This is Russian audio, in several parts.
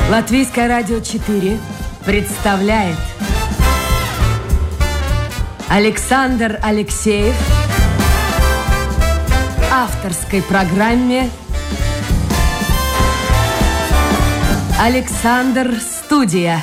Латвийское радио 4 представляет Александр Алексеев в авторской программе «Александр Студия».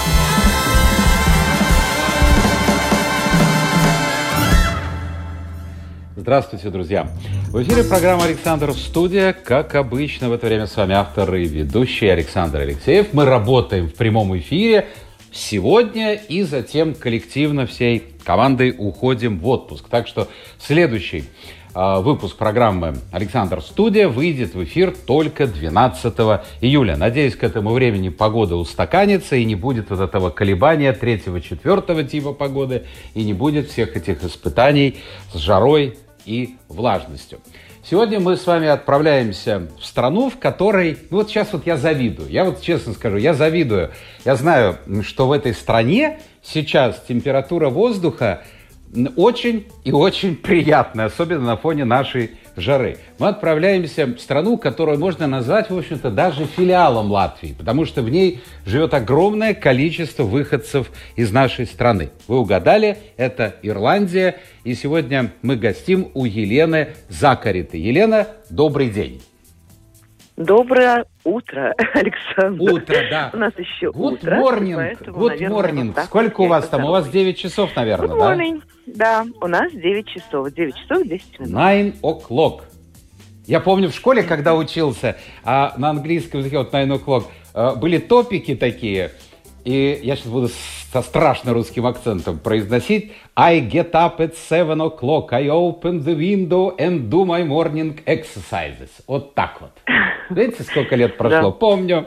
Здравствуйте, друзья! В эфире программа «Александр Студия». Как обычно, в это время с вами автор и ведущий Александр Алексеев. Мы работаем в прямом эфире сегодня и затем коллективно всей командой уходим в отпуск. Так что следующий выпуск программы «Александр Студия» выйдет в эфир только 12 июля. Надеюсь, к этому времени погода устаканится и не будет вот этого колебания 3-4 типа погоды, и не будет всех этих испытаний с жарой и влажностью. Сегодня мы с вами отправляемся в страну, в которой... вот сейчас я завидую. Я честно скажу, я завидую. Я знаю, что в этой стране сейчас температура воздуха очень и очень приятная, особенно на фоне нашей жары. Мы отправляемся в страну, которую можно назвать, в общем-то, даже филиалом Латвии, потому что в ней живет огромное количество выходцев из нашей страны. Вы угадали, это Ирландия, и сегодня мы гостим у Елены Закариты. Елена, добрый день. Доброе утро, Александр. Утро, да. У нас еще Good утро. Good morning. Сколько у вас там? У вас 9 часов, наверное, Good morning. Да, у нас 9 часов. 9 часов 10 минут. 9 o'clock. Я помню в школе, когда учился, на английском языке, 9 o'clock, были топики такие, и я сейчас буду со страшно русским акцентом произносить. I get up at 7 o'clock, I open the window and do my morning exercises. Вот так вот. Видите, сколько лет прошло? Да. Помню.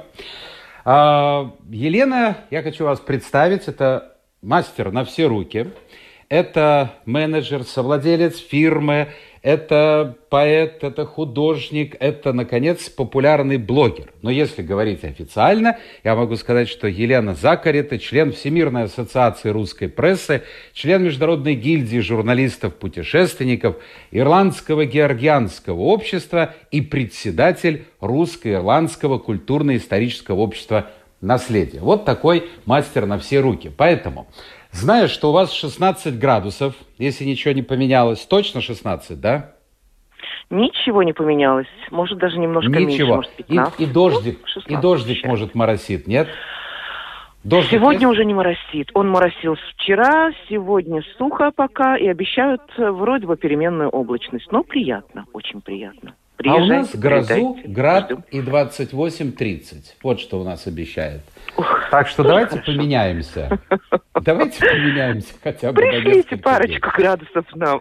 Елена, я хочу вас представить, это мастер на все руки. Это менеджер, совладелец фирмы, это поэт, это художник, это, наконец, популярный блогер. Но если говорить официально, я могу сказать, что Елена Закарита, член Всемирной ассоциации русской прессы, член Международной гильдии журналистов-путешественников, Ирландского георгианского общества и председатель Русско-ирландского культурно-исторического общества «Наследие». Вот такой мастер на все руки. Поэтому... Знаю, что у вас 16 градусов, если ничего не поменялось. Точно 16, да? Ничего не поменялось. Может, даже немножко меньше, может, 15. И дождик, может, моросит, нет? Дождик сегодня есть? Уже не моросит. Он моросил вчера, сегодня сухо пока, и обещают вроде бы переменную облачность. Но приятно, очень приятно. А у нас грозу, град и 28-30. Вот что у нас обещают. Так что давайте поменяемся. Давайте поменяемся хотя бы. Пришлите парочку градусов нам.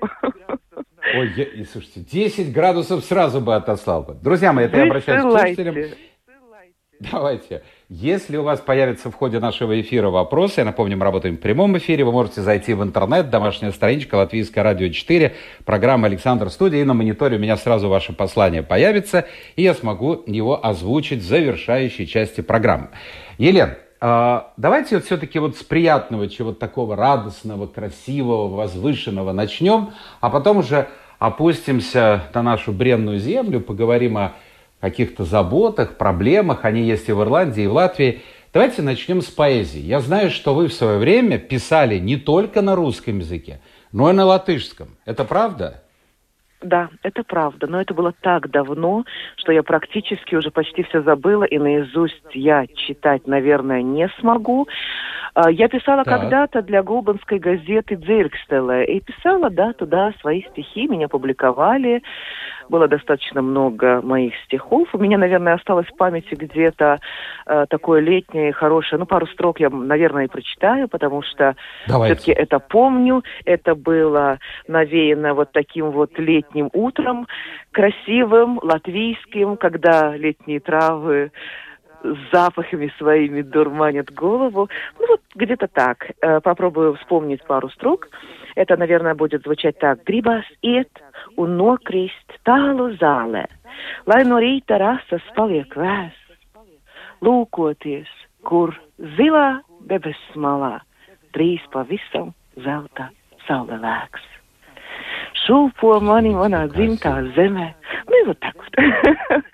Ой, слушайте, 10 градусов сразу бы отослал бы. Друзья мои, это я обращаюсь к слушателям. Давайте. Если у вас появятся в ходе нашего эфира вопросы, я напомню, мы работаем в прямом эфире, вы можете зайти в интернет, домашняя страничка Латвийское радио 4, программа «Александр Студия», и на мониторе у меня сразу ваше послание появится, и я смогу его озвучить в завершающей части программы. Елена, давайте все-таки с приятного, чего-то такого радостного, красивого, возвышенного начнем, а потом уже опустимся на нашу бренную землю, поговорим о каких-то заботах, проблемах, они есть и в Ирландии, и в Латвии. Давайте начнем с поэзии. Я знаю, что вы в свое время писали не только на русском языке, но и на латышском. Это правда? Да, это правда, но это было так давно, что я практически уже почти все забыла, и наизусть я читать, наверное, не смогу. Я писала когда-то для гулбанской газеты «Дзиркстеле», и писала, туда свои стихи, меня публиковали. Было достаточно много моих стихов. У меня, наверное, осталось в памяти где-то такое летнее, хорошее. Пару строк я, наверное, и прочитаю, потому что все-таки это помню. Это было навеяно таким летним утром, красивым, латвийским, когда летние травы с запахами своими дурманят голову. Где-то так. Попробую вспомнить пару строк. Это, наверное, будет звучать так. Gribas iet un nokrist tālu zālē, lai no rīta rasas paliek vēss. Lūkoties, kur zilā debesu malā drīz pavisam zelta saule lēks. Šūpo mani manā dzimtā zemē. Вот так вот.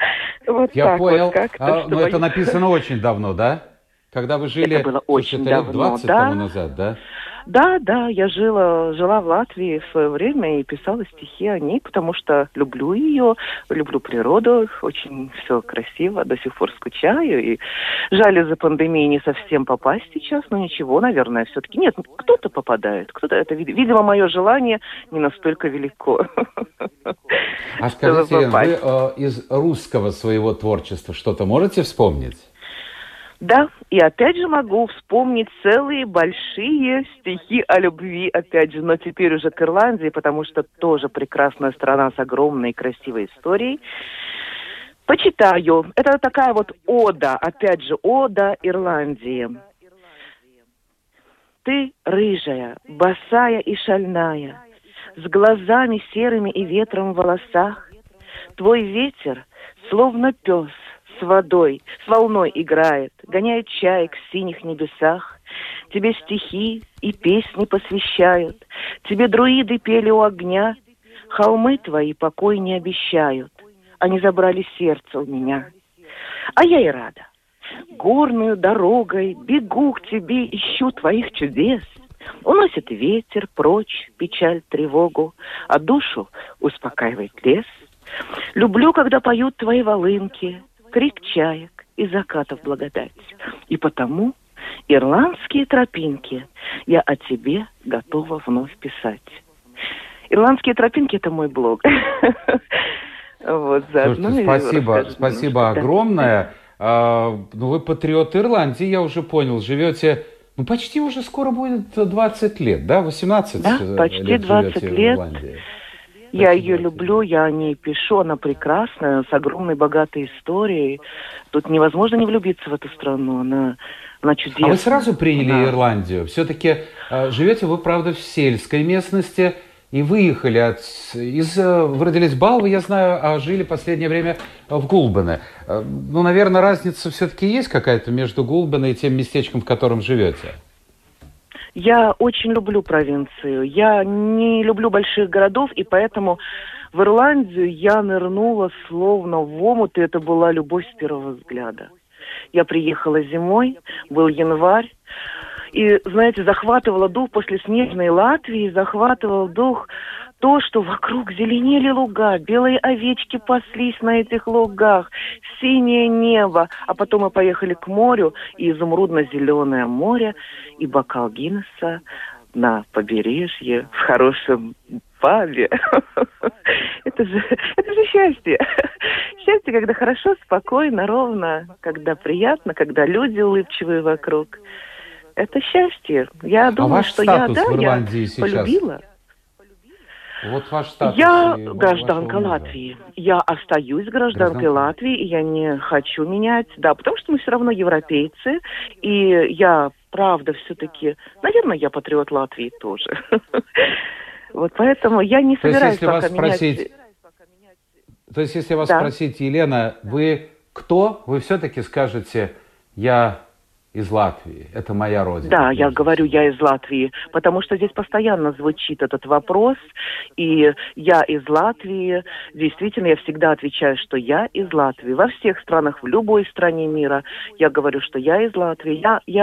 Вот Я так понял. вот как-то. Но это написано очень давно, да? Когда вы жили, Это было очень лет давно, 20 да. тому назад, да? Да, я жила в Латвии в свое время и писала стихи о ней, потому что люблю ее, люблю природу, очень все красиво, до сих пор скучаю. И жаль, из-за пандемии не совсем попасть сейчас, но ничего, наверное, все-таки. Нет, кто-то попадает, кто-то это, видимо, мое желание не настолько велико. А скажите, Елена, вы из русского своего творчества что-то можете вспомнить? Да, и опять же могу вспомнить целые большие стихи о любви, опять же, но теперь уже к Ирландии, потому что тоже прекрасная страна с огромной и красивой историей. Почитаю. Это такая вот ода, опять же, ода Ирландии. Ты рыжая, босая и шальная, с глазами серыми и ветром в волосах. Твой ветер, словно пес, с водой, с волной играет, гоняет чаек в синих небесах. Тебе стихи и песни посвящают, тебе друиды пели у огня. Холмы твои покой не обещают, они забрали сердце у меня. А я и рада. Горную дорогой бегу к тебе, ищу твоих чудес. Уносит ветер прочь печаль, тревогу, а душу успокаивает лес. Люблю, когда поют твои волынки, крик чаек и закатов благодать. И потому ирландские тропинки я о тебе готова вновь писать. Ирландские тропинки — это мой блог. Вот, слушайте, спасибо огромное. Вы патриот Ирландии, я уже понял, живете, почти уже скоро будет 20 лет, да? 18 да, почти лет 20 живете лет. в Ирландии. Я ее люблю, я о ней пишу, она прекрасная, с огромной богатой историей. Тут невозможно не влюбиться в эту страну, она чудесная. А вы сразу приняли Ирландию? Все-таки живете вы, правда, в сельской местности и выехали вы родились в Балве, я знаю, а жили последнее время в Гулбене. Наверное, разница все-таки есть какая-то между Гулбене и тем местечком, в котором живете? Я очень люблю провинцию. Я не люблю больших городов, и поэтому в Ирландию я нырнула словно в омут, и это была любовь с первого взгляда. Я приехала зимой, был январь, и, знаете, захватывала дух после снежной Латвии, захватывал дух то, что вокруг зеленели луга, белые овечки паслись на этих лугах, синее небо. А потом мы поехали к морю, и изумрудно-зеленое море, и бокал Гиннесса на побережье, в хорошем пабе. Это же счастье. Счастье, когда хорошо, спокойно, ровно, когда приятно, когда люди улыбчивые вокруг. Это счастье. Я думаю, что я полюбила. Вот ваш статус. Я гражданка Латвии. Я остаюсь гражданкой Латвии, и я не хочу менять. Да, потому что мы все равно европейцы. И я, правда, все-таки... Наверное, я патриот Латвии тоже. Вот поэтому я не собираюсь пока менять... То есть, если вас спросить, Елена, вы кто? Вы все-таки скажете, я... из Латвии. Это моя родина. Да, я говорю, я из Латвии, потому что здесь постоянно звучит этот вопрос, и я из Латвии. Действительно, я всегда отвечаю, что я из Латвии. Во всех странах, в любой стране мира я говорю, что я из Латвии.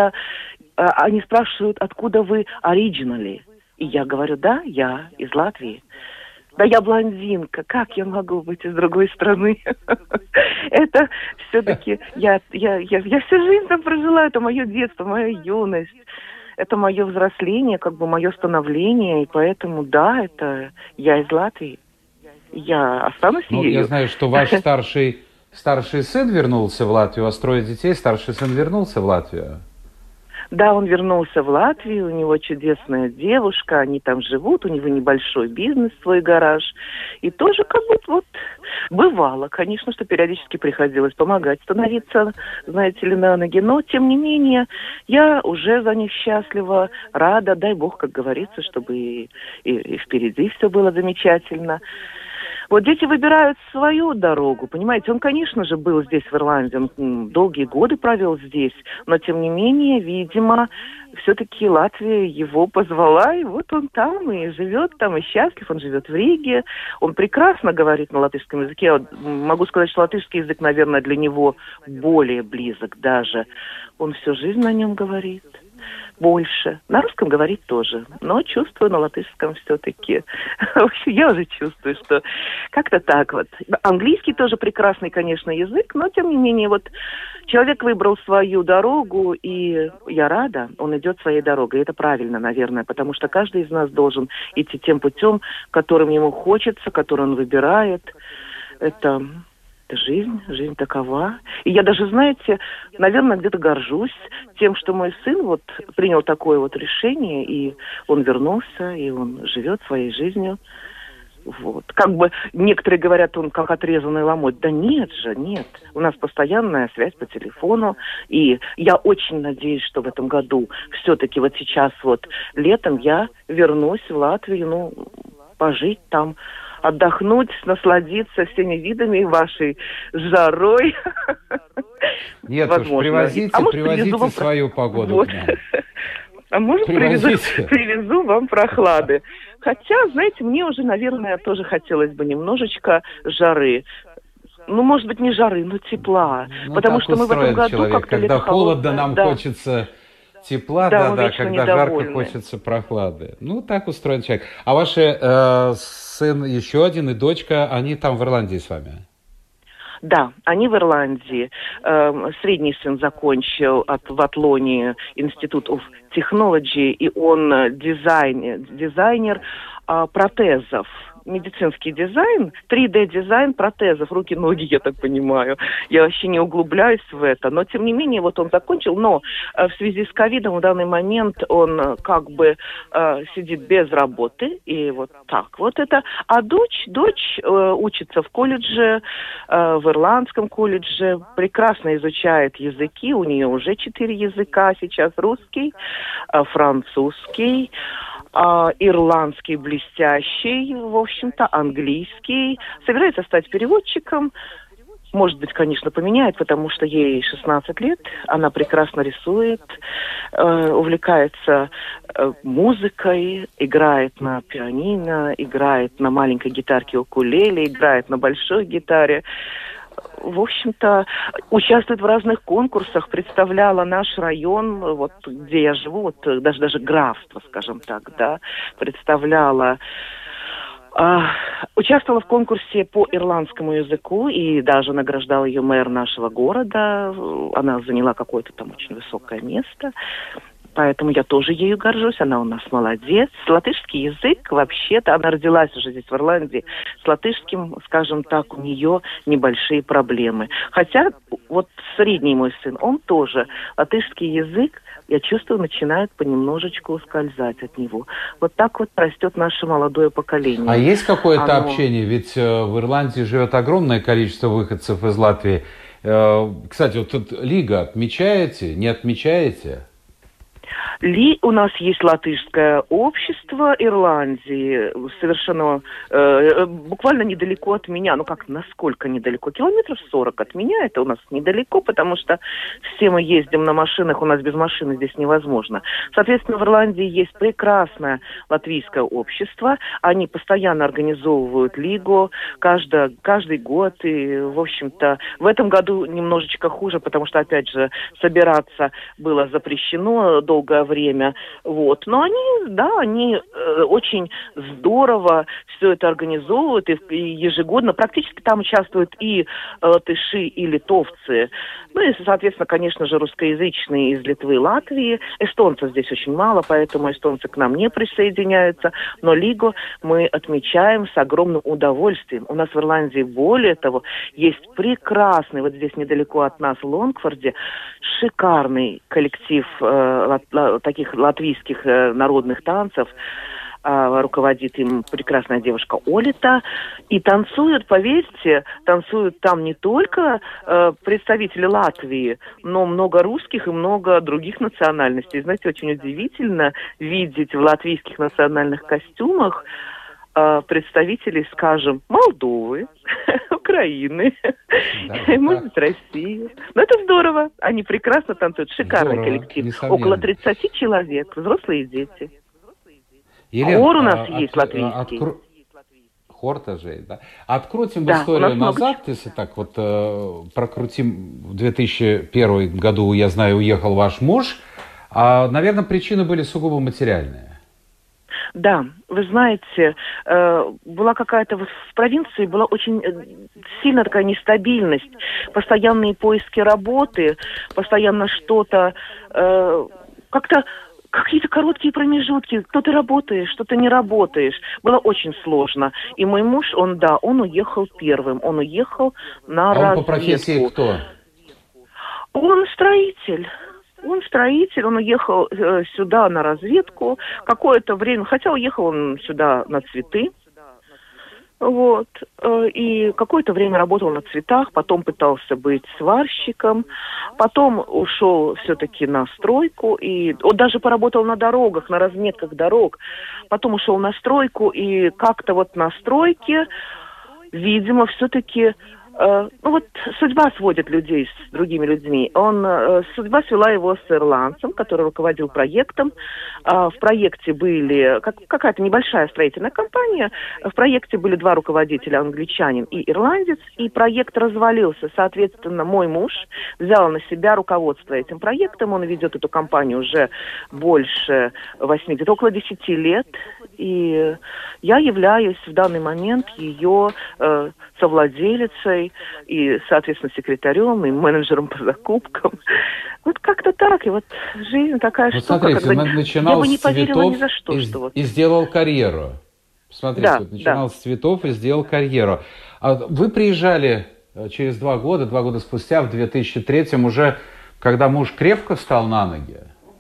Они спрашивают, откуда вы originally? И я говорю, да, я из Латвии. Да я блондинка, как я могу быть из другой страны? Это все-таки я всю жизнь там прожила, это мое детство, моя юность, это мое взросление, как бы мое становление, и поэтому, да, это я из Латвии. Я останусь ею. Я знаю, что ваш старший сын вернулся в Латвию, у вас 3 детей, старший сын вернулся в Латвию. Да, он вернулся в Латвию, у него чудесная девушка, они там живут, у него небольшой бизнес, свой гараж. И тоже как бы вот бывало, конечно, что периодически приходилось помогать становиться, знаете ли, на ноги. Но, тем не менее, я уже за них счастлива, рада, дай бог, как говорится, чтобы и впереди все было замечательно. Вот дети выбирают свою дорогу, понимаете. Он, конечно же, был здесь, в Ирландии, он долгие годы провел здесь, но, тем не менее, видимо, все-таки Латвия его позвала, и вот он там, и живет там, и счастлив. Он живет в Риге, он прекрасно говорит на латышском языке. Я могу сказать, что латышский язык, наверное, для него более близок даже. Он всю жизнь на нем говорит. Больше. На русском говорит тоже, но чувствую на латышском все-таки. В общем, я уже чувствую, что как-то так вот. Английский тоже прекрасный, конечно, язык, но, тем не менее, вот человек выбрал свою дорогу, и я рада, он идет своей дорогой. И это правильно, наверное, потому что каждый из нас должен идти тем путем, которым ему хочется, который он выбирает. Это жизнь такова. И я даже, знаете, наверное, где-то горжусь тем, что мой сын вот принял такое вот решение, и он вернулся, и он живет своей жизнью. Вот. Как бы некоторые говорят, он как отрезанный ломоть. Да нет же, нет. У нас постоянная связь по телефону, и я очень надеюсь, что в этом году все-таки вот сейчас вот летом я вернусь в Латвию, пожить там, отдохнуть, насладиться всеми видами вашей жарой. Нет уж, привозите свою погоду. Вот. А может, привезу вам прохлады. Хотя, знаете, мне уже, наверное, тоже хотелось бы немножечко жары. Может быть, не жары, но тепла. Потому что мы в этом году человек, как-то когда холодно, нам хочется тепла, когда жарко хочется прохлады. Так устроен человек. А ваши сын еще один и дочка, они там в Ирландии с вами? Да, они в Ирландии. Средний сын закончил в Атлонии Institute of Technology, и он дизайнер протезов. Медицинский дизайн, 3D-дизайн протезов, руки, ноги, я так понимаю. Я вообще не углубляюсь в это. Но, тем не менее, вот он закончил. Но в связи с ковидом в данный момент он как бы сидит без работы. И вот так вот это. А дочь учится в колледже, в ирландском колледже. Прекрасно изучает языки. У нее уже 4 языка сейчас. Русский, французский, ирландский блестящий, в общем-то, английский. Собирается стать переводчиком. Может быть, конечно, поменяет, потому что ей 16 лет. Она прекрасно рисует, увлекается музыкой, играет на пианино, играет на маленькой гитарке укулеле, играет на большой гитаре. В общем-то, участвует в разных конкурсах, представляла наш район, вот где я живу, вот даже графство, скажем так, да, представляла. Участвовала в конкурсе по ирландскому языку, и даже награждал ее мэр нашего города. Она заняла какое-то там очень высокое место. Поэтому я тоже ею горжусь, она у нас молодец. Латышский язык, вообще-то, она родилась уже здесь, в Ирландии. С латышским, скажем так, у нее небольшие проблемы. Хотя вот средний мой сын, он тоже. Латышский язык, я чувствую, начинает понемножечку ускользать от него. Вот так вот растет наше молодое поколение. А есть какое-то общение? Ведь в Ирландии живет огромное количество выходцев из Латвии. Кстати, вот тут Лига отмечаете, не отмечаете? У нас есть латышское общество Ирландии, совершенно буквально недалеко от меня. Насколько недалеко? Километров 40 от меня, это у нас недалеко, потому что все мы ездим на машинах, у нас без машины здесь невозможно. Соответственно, в Ирландии есть прекрасное латвийское общество, они постоянно организовывают лигу каждый год, и, в общем-то, в этом году немножечко хуже, потому что, опять же, собираться было запрещено долгое время, вот. Но они очень здорово все это организовывают, и ежегодно практически там участвуют и латыши, и литовцы, и, соответственно, конечно же, русскоязычные из Литвы и Латвии. Эстонцев здесь очень мало, поэтому эстонцы к нам не присоединяются, но Лигу мы отмечаем с огромным удовольствием. У нас в Ирландии, более того, есть прекрасный, вот здесь недалеко от нас, в Лонгфорде, шикарный коллектив таких латвийских народных танцев. Руководит им прекрасная девушка Олита. И танцуют, поверьте, там не только представители Латвии, но много русских и много других национальностей. Знаете, очень удивительно видеть в латвийских национальных костюмах представителей, скажем, Молдовы, Украины, может быть, России. Но это здорово. Они прекрасно танцуют. Шикарный коллектив. Около 30 человек, взрослые дети. Хор у нас есть латвийский. Хор тоже, да. Открутим историю назад, если так вот прокрутим. В 2001 году, я знаю, уехал ваш муж. Наверное, причины были сугубо материальные. Да, вы знаете, была какая-то в провинции была очень сильная такая нестабильность, постоянные поиски работы, постоянно что-то, как-то какие-то короткие промежутки, то ты работаешь, что ты не работаешь. Было очень сложно. И мой муж, он уехал первым, он уехал на разведку. Он по профессии кто? Он строитель. Он уехал сюда на разведку. Какое-то время, хотя уехал он сюда на цветы. Вот. И какое-то время работал на цветах, потом пытался быть сварщиком, потом ушел все-таки на стройку, и он даже поработал на дорогах, на разметках дорог, потом ушел на стройку, и как-то вот на стройке, видимо, все-таки... судьба сводит людей с другими людьми. Судьба свела его с ирландцем, который руководил проектом. В проекте были какая-то небольшая строительная компания. В проекте были два руководителя, англичанин и ирландец. И проект развалился. Соответственно, мой муж взял на себя руководство этим проектом. Он ведет эту компанию уже больше 8, где-то около 10 лет. И я являюсь в данный момент ее совладелицей и, соответственно, секретарем и менеджером по закупкам. Вот как-то так. И вот жизнь такая штука, смотрите, когда начинал я бы не поверила цветов ни за что. И сделал карьеру. Смотрите, начинал с цветов и сделал карьеру. Вы приезжали через 2 года спустя, в 2003-м, уже когда муж крепко встал на ноги?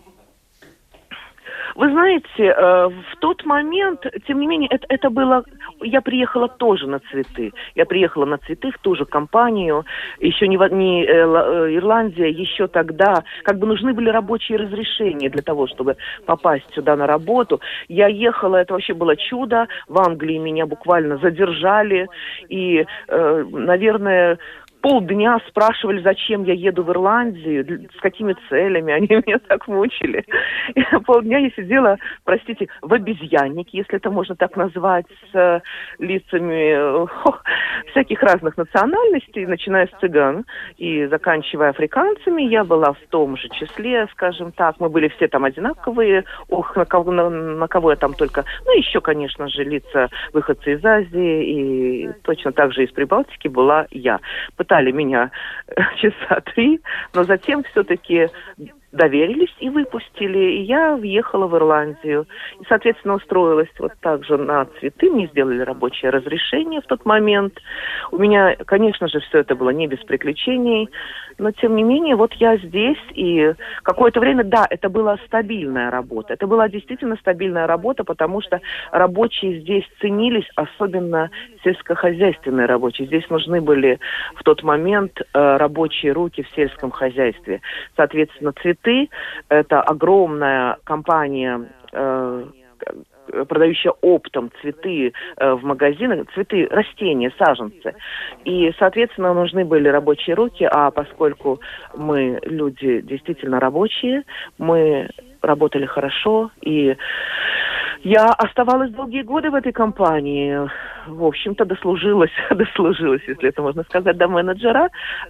Вы знаете, в тот момент, тем не менее, это было... Я приехала тоже на цветы. Я приехала на цветы в ту же компанию. Еще не Ирландия, еще тогда как бы нужны были рабочие разрешения для того, чтобы попасть сюда на работу. Я ехала, это вообще было чудо. В Англии меня буквально задержали. И, наверное... Полдня спрашивали, зачем я еду в Ирландию, с какими целями, они меня так мучили. И полдня я сидела, простите, в обезьяннике, если это можно так назвать, с лицами всяких разных национальностей, начиная с цыган и заканчивая африканцами. Я была в том же числе, скажем так, мы были все там одинаковые, на кого я там только... еще, конечно же, лица выходцы из Азии, и точно так же из Прибалтики была я. Пытались меня часа 3, но затем все-таки доверились и выпустили. И я въехала в Ирландию. И, соответственно, устроилась вот так же на цветы. Мне сделали рабочее разрешение в тот момент. У меня, конечно же, все это было не без приключений. Но, тем не менее, вот я здесь. И какое-то время, да, это была стабильная работа. Это была действительно стабильная работа, потому что рабочие здесь ценились, особенно сельскохозяйственные рабочие. Здесь нужны были в тот момент рабочие руки в сельском хозяйстве. Соответственно, цветы – это огромная компания, продающая оптом цветы в магазинах, цветы, растения, саженцы. И, соответственно, нужны были рабочие руки, а поскольку мы люди действительно рабочие, мы работали хорошо, и я оставалась долгие годы в этой компании. В общем-то, дослужилась, если это можно сказать, до менеджера,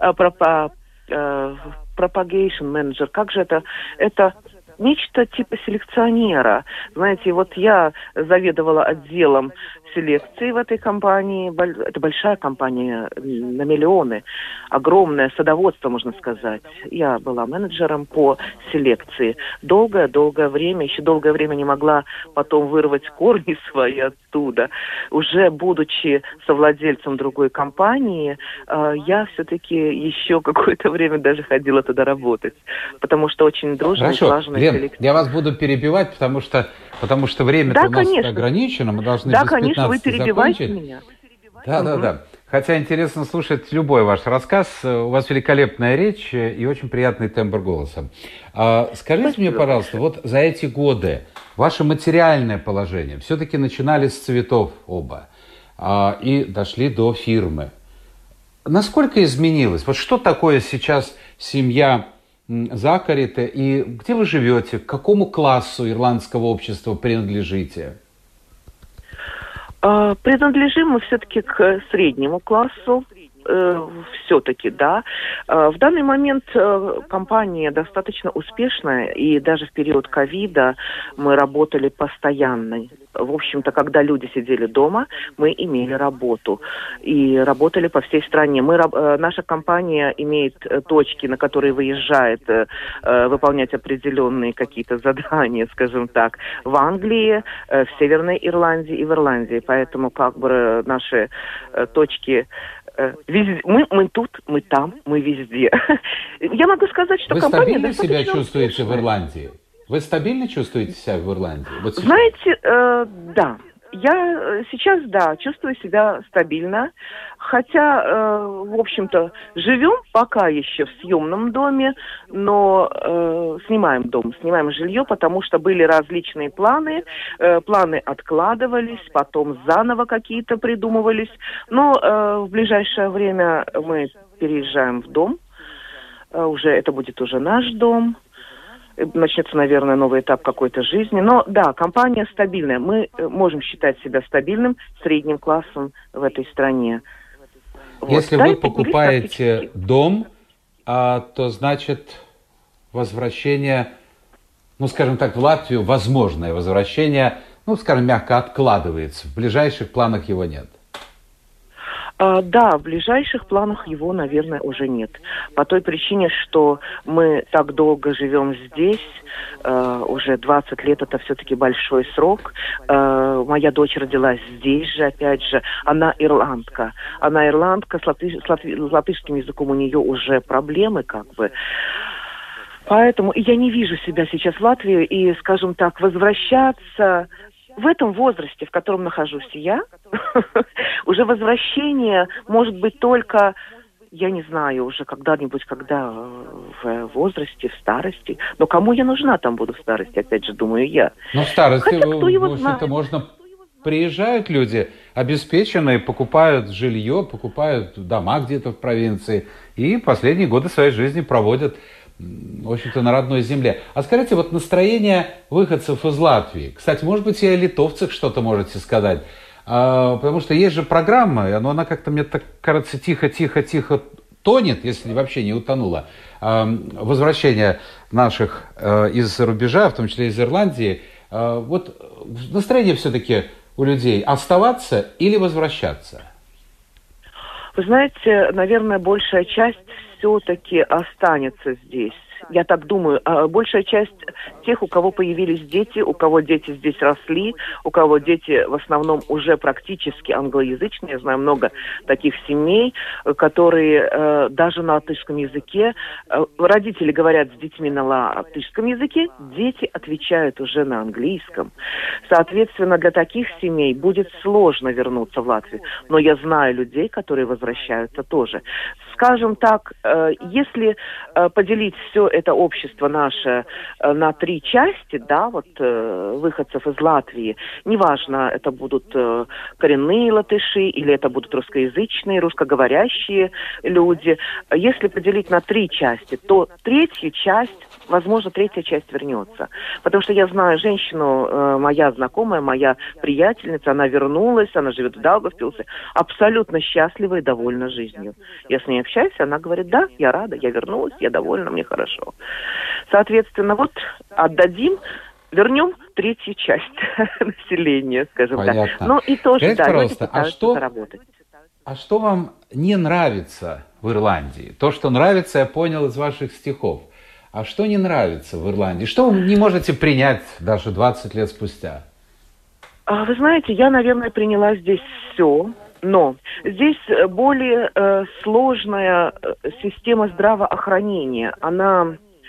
propagation менеджер. Как же это? Это нечто типа селекционера. Знаете, вот я заведовала отделом селекции в этой компании. Это большая компания на миллионы. Огромное садоводство, можно сказать. Я была менеджером по селекции. Долгое время, еще долгое время не могла потом вырвать корни свои оттуда. Уже будучи совладельцем другой компании, я все-таки еще какое-то время даже ходила туда работать. Потому что очень дружно и слаженно. Лен, я вас буду перебивать, потому что время-то у нас ограничено. Мы должны без 15 вы перебиваете закончить. меня. Да. Хотя интересно слушать любой ваш рассказ. У вас великолепная речь и очень приятный тембр голоса. Скажите мне, пожалуйста, вот за эти годы ваше материальное положение, все-таки начинали с цветов оба и дошли до фирмы. Насколько изменилось? Вот что такое сейчас семья Закарита и где вы живете? К какому классу ирландского общества принадлежите? Принадлежим мы все-таки к среднему классу, все-таки, да. В данный момент компания достаточно успешная, и даже в период ковида мы работали постоянно. В общем-то, когда люди сидели дома, мы имели работу и работали по всей стране. Наша компания имеет точки, на которые выезжает выполнять определенные какие-то задания, скажем так, в Англии, в Северной Ирландии и в Ирландии. Поэтому как бы наши точки... Мы тут, мы там, мы везде. Я могу сказать, что вы компания... Вы стабильно себя чувствуете успешная. в Ирландии? Вы стабильно чувствуете себя в Ирландии? Вот знаете, да. Я сейчас, да, чувствую себя стабильно. Хотя, в общем-то, живем пока еще в съемном доме, но снимаем дом, снимаем жилье, потому что были различные планы. Планы откладывались, потом заново какие-то придумывались. Но в ближайшее время мы переезжаем в дом. Это будет уже наш дом. Начнется, наверное, новый этап какой-то жизни. Но да, компания стабильная. Мы можем считать себя стабильным средним классом в этой стране. Если вы покупаете дом, то значит возвращение, скажем так, в Латвию, возможное возвращение, скажем, мягко откладывается. В ближайших планах его нет. Да, в ближайших планах его, наверное, уже нет. По той причине, что мы так долго живем здесь, уже 20 лет, это все-таки большой срок. Моя дочь родилась здесь же, опять же. Она ирландка. С латышским языком у нее уже проблемы, как бы. Поэтому я не вижу себя сейчас в Латвии и, скажем так, возвращаться... В этом возрасте, в котором нахожусь я, уже возвращение может быть только, я не знаю, уже когда-нибудь, когда в возрасте, в старости. Но кому я нужна там буду в старости, опять же, думаю я. В старости, хотя, кто его знает? можно... Приезжают люди, обеспеченные, покупают жилье, покупают дома где-то в провинции и последние годы своей жизни проводят, в общем-то, на родной земле. А скажите, вот настроение выходцев из Латвии. Кстати, может быть, и о литовцах что-то можете сказать. Потому что есть же программа, и она как-то, мне так кажется, тихо-тихо-тихо тонет, если вообще не утонула. Возвращение наших из-за рубежа, в том числе из Ирландии. Вот настроение все-таки у людей оставаться или возвращаться? Вы знаете, наверное, большая часть все-таки останется здесь. Я так думаю, большая часть тех, у кого появились дети, у кого дети здесь росли, у кого дети в основном уже практически англоязычные. Я знаю много таких семей, которые даже на латышском языке, родители говорят с детьми на латышском языке, дети отвечают уже на английском. Соответственно, для таких семей будет сложно вернуться в Латвию. Но я знаю людей, которые возвращаются тоже. Скажем так, если поделить все это общество наше на 3 части, да, вот выходцев из Латвии, неважно, это будут коренные латыши или это будут русскоязычные, русскоговорящие люди, если поделить на 3 части, то третья часть, возможно, третья часть вернется. Потому что я знаю женщину, моя знакомая, моя приятельница, она вернулась, она живет в Даугавпилсе, абсолютно счастлива и довольна жизнью. Я с ней общаюсь, она говорит, да, я рада, я вернулась, я довольна, мне хорошо. Соответственно, вот отдадим, вернем третью часть населения, скажем Понятно. так. Ну и тоже, скажите, да, пожалуйста, люди пытаются заработать. А что вам не нравится в Ирландии? То, что нравится, я понял из ваших стихов. А что не нравится в Ирландии? Что вы не можете принять даже 20 лет спустя? Вы знаете, я, наверное, приняла здесь все. Но здесь более сложная система здравоохранения. Она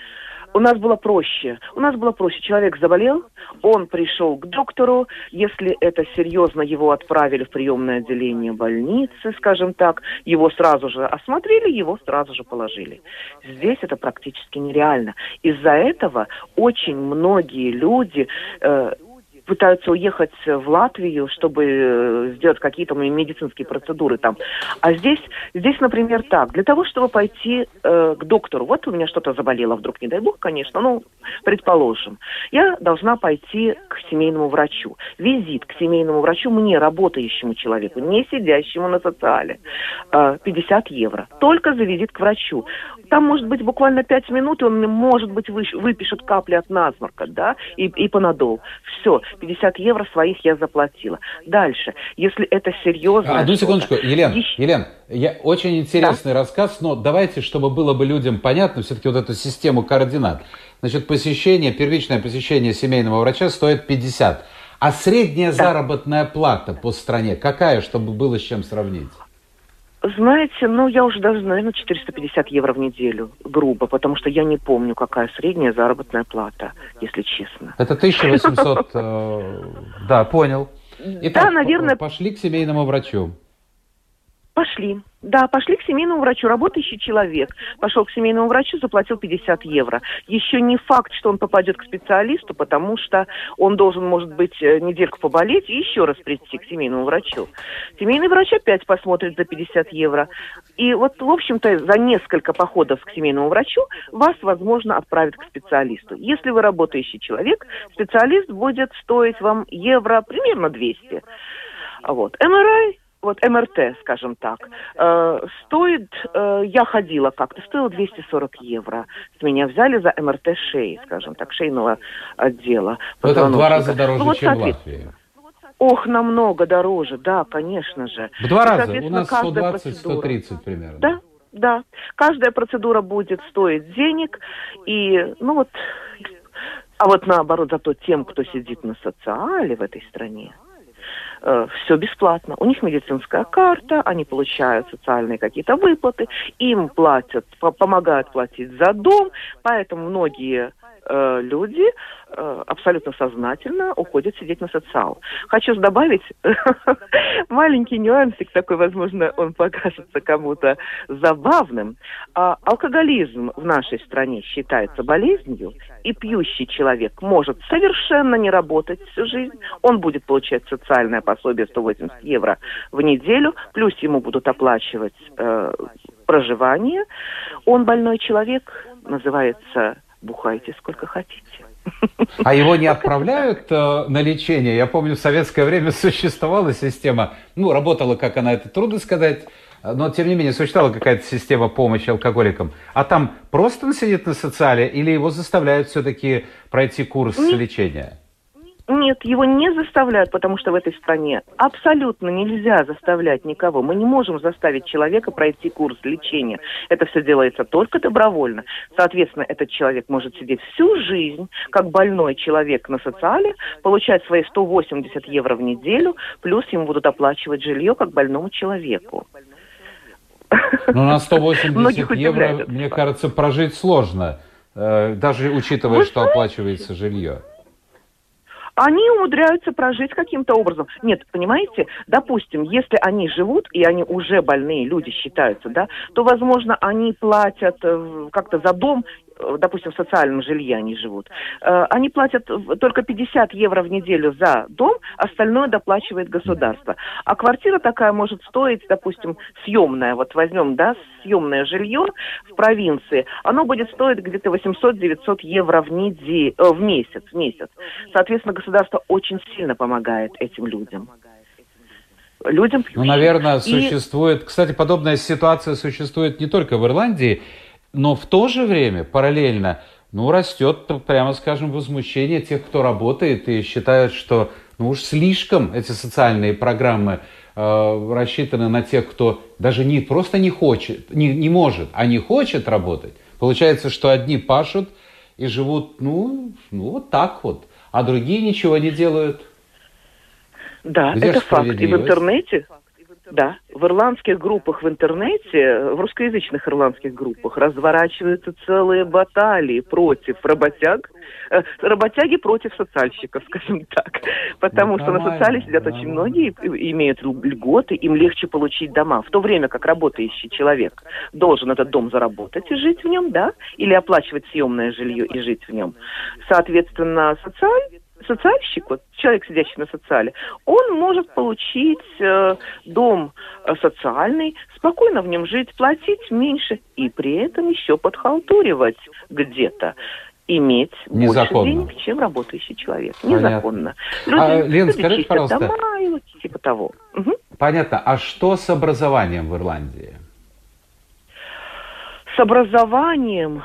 У нас было проще. Человек заболел, он пришел к доктору. Если это серьезно, его отправили в приемное отделение больницы, скажем так. Его сразу же осмотрели, его сразу же положили. Здесь это практически нереально. Из-за этого очень многие люди пытаются уехать в Латвию, чтобы сделать какие-то медицинские процедуры там. А здесь, например, так. Для того, чтобы пойти к доктору, вот у меня что-то заболело, вдруг, не дай бог, конечно, предположим. Я должна пойти к семейному врачу. Визит к семейному врачу мне, работающему человеку, не сидящему на социале, 50 евро. Только за визит к врачу. Там может быть буквально 5 минут, и он мне, может быть, выпишет капли от насморка, да, и панадол. Все, 50 евро своих я заплатила. Дальше, если это серьезно... Одну секундочку, Елен, очень интересный рассказ, но давайте, чтобы было бы людям понятно, все-таки вот эту систему координат. Значит, первичное посещение семейного врача стоит 50. А средняя заработная плата по стране какая, чтобы было с чем сравнить? Знаете, я уже даже, наверное, 450 евро в неделю, грубо, потому что я не помню, какая средняя заработная плата, если честно. Это 1800, да, понял. Итак, да, наверное... Пошли к семейному врачу. Пошли к семейному врачу. Работающий человек пошел к семейному врачу, заплатил 50 евро. Еще не факт, что он попадет к специалисту, потому что он должен, может быть, недельку поболеть и еще раз прийти к семейному врачу. Семейный врач опять посмотрит за 50 евро. И вот, в общем-то, за несколько походов к семейному врачу вас, возможно, отправят к специалисту. Если вы работающий человек, специалист будет стоить вам евро примерно 200. МРТ, скажем так, стоит, я ходила как-то, стоило 240 евро. С меня взяли за МРТ шеи, скажем так, шейного отдела. Это в 2 раза дороже, чем в Латвии. Ох, намного дороже, да, конечно же. В 2 раза, у нас 120-130 примерно. Да. Каждая процедура будет стоить денег, и, а вот наоборот, зато тем, кто сидит на социале в этой стране, все бесплатно. У них медицинская карта, они получают социальные какие-то выплаты, им платят, помогают платить за дом, поэтому многие люди абсолютно сознательно уходят сидеть на социал. Хочу добавить маленький нюансик такой, возможно, он покажется кому-то забавным. Алкоголизм в нашей стране считается болезнью, и пьющий человек может совершенно не работать всю жизнь. Он будет получать социальное пособие 180 евро в неделю, плюс ему будут оплачивать проживание. Он больной человек, называется «бухайте сколько хотите». А его не отправляют на лечение? Я помню, в советское время существовала система, работала, как она, это трудно сказать, но тем не менее существовала какая-то система помощи алкоголикам. А там просто он сидит на социале или его заставляют все-таки пройти курс лечения? Нет, его не заставляют, потому что в этой стране абсолютно нельзя заставлять никого. Мы не можем заставить человека пройти курс лечения. Это все делается только добровольно. Соответственно, этот человек может сидеть всю жизнь, как больной человек на социале, получать свои 180 евро в неделю, плюс ему будут оплачивать жилье, как больному человеку. На 180 евро, мне кажется, прожить сложно, даже учитывая, что оплачивается жилье. Они умудряются прожить каким-то образом. Нет, понимаете, допустим, если они живут, и они уже больные люди считаются, да, то, возможно, они платят как-то за дом, допустим, в социальном жилье они живут. Они платят только 50 евро в неделю за дом, остальное доплачивает государство. А квартира такая может стоить, допустим, съемная, вот возьмем, да, съемное жилье в провинции, оно будет стоить где-то 800-900 евро в месяц. Соответственно, государство очень сильно помогает этим людям. Наверное, существует... Кстати, подобная ситуация существует не только в Ирландии, но в то же время, параллельно, растет, прямо скажем, возмущение тех, кто работает и считают, что уж слишком эти социальные программы рассчитаны на тех, кто даже не просто не хочет, не может, а не хочет работать. Получается, что одни пашут и живут, вот так вот, а другие ничего не делают. Да, это факт. И в интернете... Да, в ирландских группах в интернете, в русскоязычных ирландских группах разворачиваются целые баталии против работяг, работяги против социальщиков, скажем так. Потому что на социале сидят очень многие, имеют льготы, им легче получить дома. В то время как работающий человек должен этот дом заработать и жить в нем, да, или оплачивать съемное жилье и жить в нем. Соответственно, социальщик, вот человек, сидящий на социале, он может получить дом социальный, спокойно в нем жить, платить меньше и при этом еще подхалтуривать где-то. Иметь незаконно больше денег, чем работающий человек. Незаконно. Лен, скажите, пожалуйста. Дома и вот типа того. Угу. Понятно. А что с образованием в Ирландии? С образованием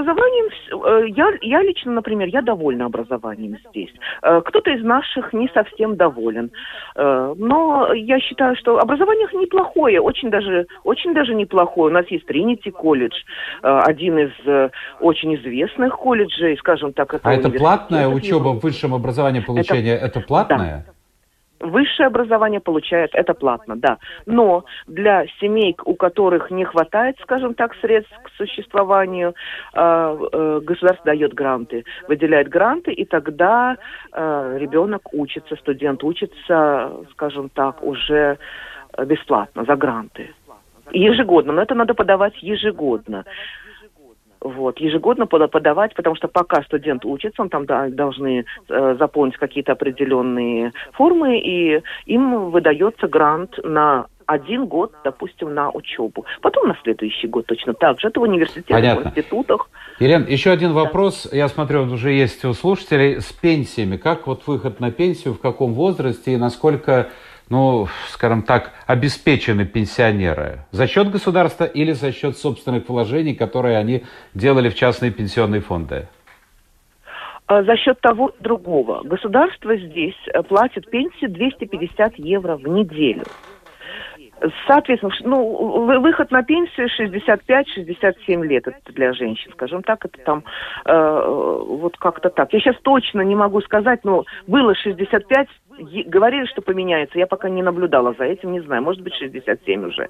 я лично, например, я довольна образованием здесь. Кто-то из наших не совсем доволен. Но я считаю, что образование неплохое, очень даже неплохое. У нас есть Тринити колледж, один из очень известных колледжей, скажем так. Это платная учеба в высшем образовании, получение, это платное? Да. Высшее образование получает, это платно, да. Но для семей, у которых не хватает, скажем так, средств к существованию, государство дает гранты, выделяет гранты, и тогда ребенок учится, студент учится, скажем так, уже бесплатно за гранты. Ежегодно, но это надо подавать ежегодно. Вот, ежегодно подавать, потому что пока студент учится, он там должны заполнить какие-то определенные формы, и им выдается грант на 1 год, допустим, на учебу. Потом на следующий год точно так же. Это в университетах, в институтах. Елена, еще один вопрос. Да. Я смотрю, он уже есть у слушателей. С пенсиями. Как вот выход на пенсию, в каком возрасте и насколько, скажем так, обеспечены пенсионеры? За счет государства или за счет собственных вложений, которые они делали в частные пенсионные фонды? За счет того и другого. Государство здесь платит пенсию 250 евро в неделю. Соответственно, выход на пенсию 65-67 лет, это для женщин, скажем так, это там вот как-то так. Я сейчас точно не могу сказать, но было 65, говорили, что поменяется, я пока не наблюдала за этим, не знаю, может быть 67 уже.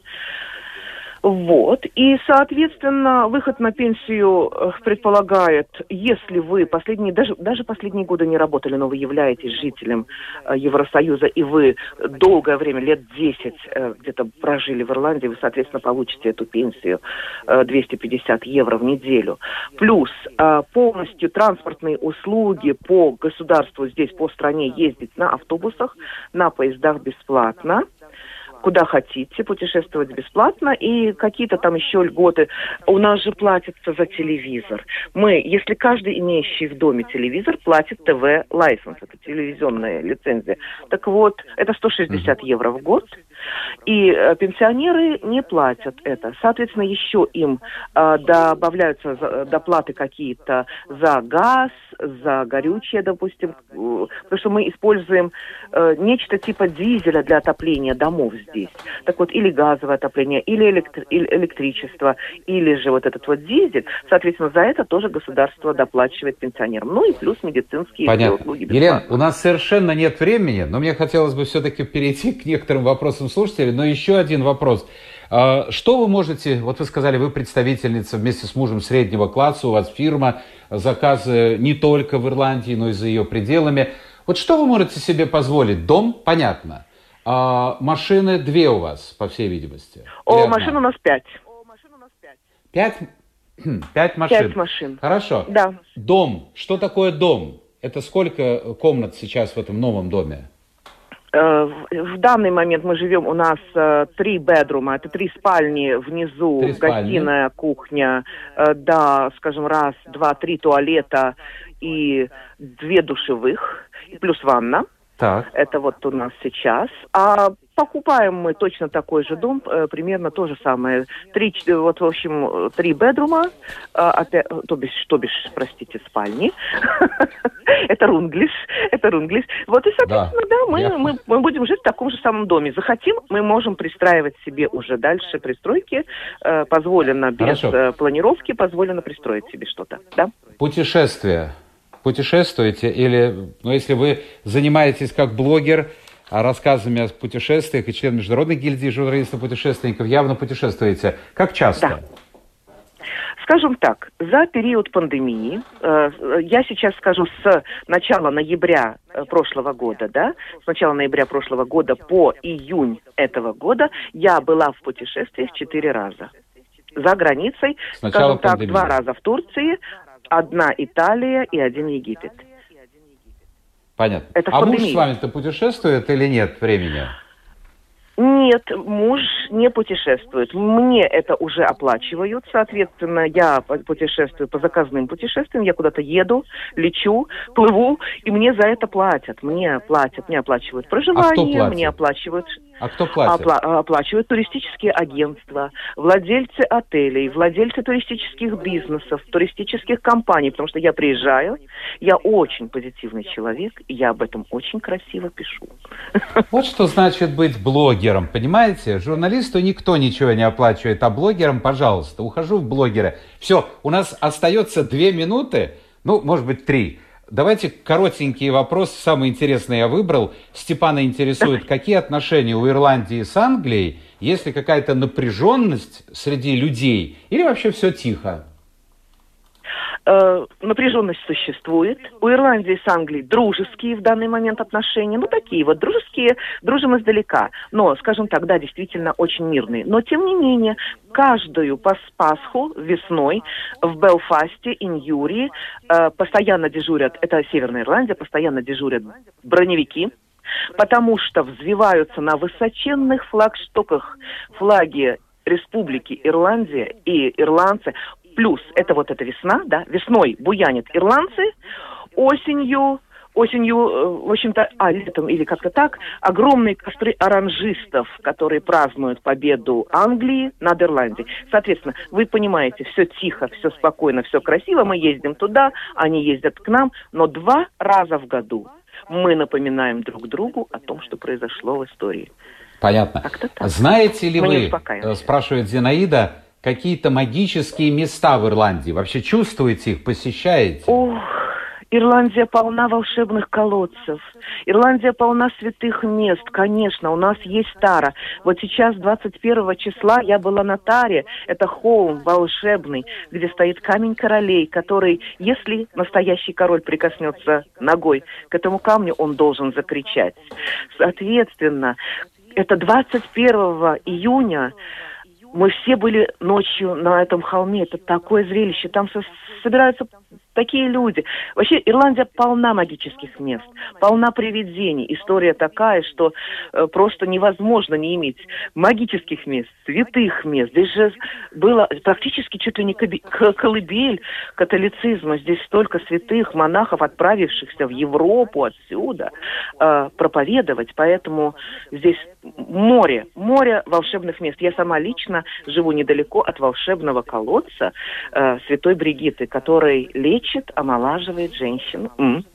Вот, и, соответственно, выход на пенсию предполагает, если вы даже последние годы не работали, но вы являетесь жителем Евросоюза, и вы долгое время, лет 10 где-то прожили в Ирландии, вы, соответственно, получите эту пенсию 250 евро в неделю. Плюс полностью транспортные услуги по государству здесь, по стране ездить на автобусах, на поездах бесплатно. Куда хотите, путешествовать бесплатно, и какие-то там еще льготы. У нас же платится за телевизор. Если каждый имеющий в доме телевизор платит ТВ-лайсенс, это телевизионная лицензия, так вот, это 160 евро в год, и пенсионеры не платят это. Соответственно, еще им добавляются доплаты какие-то за газ, за горючее, допустим, потому что мы используем нечто типа дизеля для отопления домов здесь. Так вот, или газовое отопление, или электричество, или же вот этот вот дизель. Соответственно, за это тоже государство доплачивает пенсионерам. Ну и плюс медицинские услуги бесплатно. Елена, у нас совершенно нет времени, но мне хотелось бы все-таки перейти к некоторым вопросам слушателей. Но еще один вопрос. Что вы можете, вот вы сказали, вы представительница вместе с мужем среднего класса, у вас фирма, заказы не только в Ирландии, но и за ее пределами. Вот что вы можете себе позволить? Дом, понятно. Машины 2 у вас, по всей видимости. Машин у нас 5. 5 машин? 5 машин. Хорошо. Да. Дом. Что такое дом? Это сколько комнат сейчас в этом новом доме? В данный момент мы живем, у нас 3 бедрума, это 3 спальни внизу, 3 спальни. Гостиная, кухня, скажем, 1, 2, 3 туалета и 2 душевых, и плюс ванна. Так. Это вот у нас сейчас. А покупаем мы точно такой же дом, примерно то же самое. 3 бедрума, то бишь, простите, спальни. Это рунглиш. Вот и, соответственно, мы будем жить в таком же самом доме. Захотим, мы можем пристраивать себе уже дальше пристройки. Позволено без планировки, позволено пристроить себе что-то. Да? Путешествия. Путешествуете или, если вы занимаетесь как блогер, рассказами о путешествиях и член Международной гильдии журналистов-путешественников. Явно путешествуете. Как часто? Да. Скажем так, за период пандемии, я сейчас скажу с начала ноября прошлого года, да, с начала ноября прошлого года по июнь этого года я была в путешествиях 4 раза. За границей, скажем так, 2 раза в Турции, 1 Италия и 1 Египет. Понятно. А муж с вами-то путешествует или нет времени? Нет, муж не путешествует. Мне это уже оплачивают. Соответственно, я путешествую по заказным путешествиям. Я куда-то еду, лечу, плыву, и мне за это платят. Мне оплачивают проживание, мне оплачивают... А кто платит? Оплачивают туристические агентства, владельцы отелей, владельцы туристических бизнесов, туристических компаний. Потому что я приезжаю, я очень позитивный человек, и я об этом очень красиво пишу. Вот что значит быть блогером, понимаете? Журналисту никто ничего не оплачивает, а блогерам, пожалуйста, ухожу в блогеры. Все, у нас остается 2 минуты, ну, может быть, 3. Давайте коротенький вопрос, самый интересный я выбрал. Степана интересует, какие отношения у Ирландии с Англией, есть ли какая-то напряженность среди людей или вообще все тихо? Напряженность существует. У Ирландии с Англией дружеские в данный момент отношения. Ну, такие вот дружеские, дружим издалека. Но, скажем так, да, действительно очень мирные. Но, тем не менее, каждую Пасху весной в Белфасте и Ньюри постоянно дежурят, это Северная Ирландия, постоянно дежурят броневики, потому что взвиваются на высоченных флагштоках флаги Республики Ирландия и ирландцы. Плюс, это вот эта весна, да, весной буянят ирландцы, осенью, в общем-то, летом или как-то так, огромные костры оранжистов, которые празднуют победу Англии над Ирландией. Соответственно, вы понимаете, все тихо, все спокойно, все красиво, мы ездим туда, они ездят к нам, но 2 раза в году мы напоминаем друг другу о том, что произошло в истории. Понятно. Знаете ли вы, спрашивает Зинаида, какие-то магические места в Ирландии? Вообще чувствуете их, посещаете? Ох, Ирландия полна волшебных колодцев. Ирландия полна святых мест. Конечно, у нас есть Тара. Вот сейчас, 21 числа, я была на Таре. Это холм волшебный, где стоит камень королей, который, если настоящий король прикоснется ногой к этому камню, он должен закричать. Соответственно, это 21 июня. Мы все были ночью на этом холме. Это такое зрелище. Там собираются такие люди. Вообще, Ирландия полна магических мест, полна привидений. История такая, что просто невозможно не иметь магических мест, святых мест. Здесь же было практически чуть ли не колыбель католицизма. Здесь столько святых монахов, отправившихся в Европу отсюда проповедовать. Поэтому здесь море волшебных мест. Я сама лично живу недалеко от волшебного колодца Святой Бригитты, который лечит, омолаживает женщину.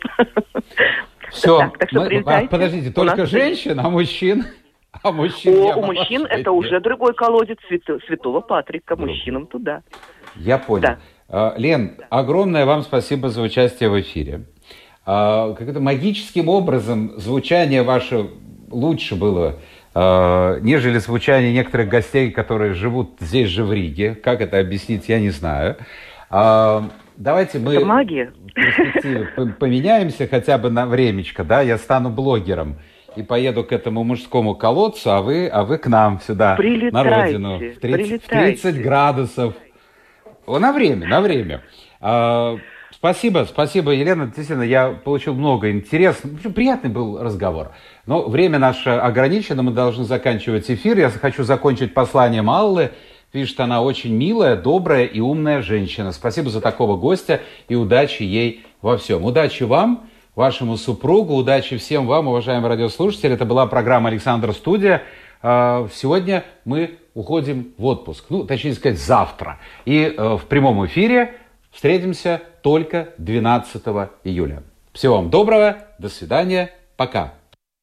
Все, подождите, только женщин, а мужчин? У мужчин это уже другой колодец Святого Патрика, мужчинам туда. Я понял. Да. Лен, огромное вам спасибо за участие в эфире. Как-то магическим образом звучание ваше лучше было, нежели звучание некоторых гостей, которые живут здесь же в Риге. Как это объяснить, я не знаю. Давайте мы в перспективе поменяемся хотя бы на времечко, да? Я стану блогером и поеду к этому мужскому колодцу, а вы к нам сюда, на родину, в 30 градусов. На время. Спасибо, Елена. Действительно, я получил много интересного. Приятный был разговор. Но время наше ограничено, мы должны заканчивать эфир. Я хочу закончить посланием Аллы. Пишет она: очень милая, добрая и умная женщина. Спасибо за такого гостя и удачи ей во всем. Удачи вам, вашему супругу, удачи всем вам, уважаемые радиослушатели. Это была программа «Александр Студия». Сегодня мы уходим в отпуск. Точнее сказать, завтра. И в прямом эфире встретимся только 12 июля. Всего вам доброго, до свидания, пока.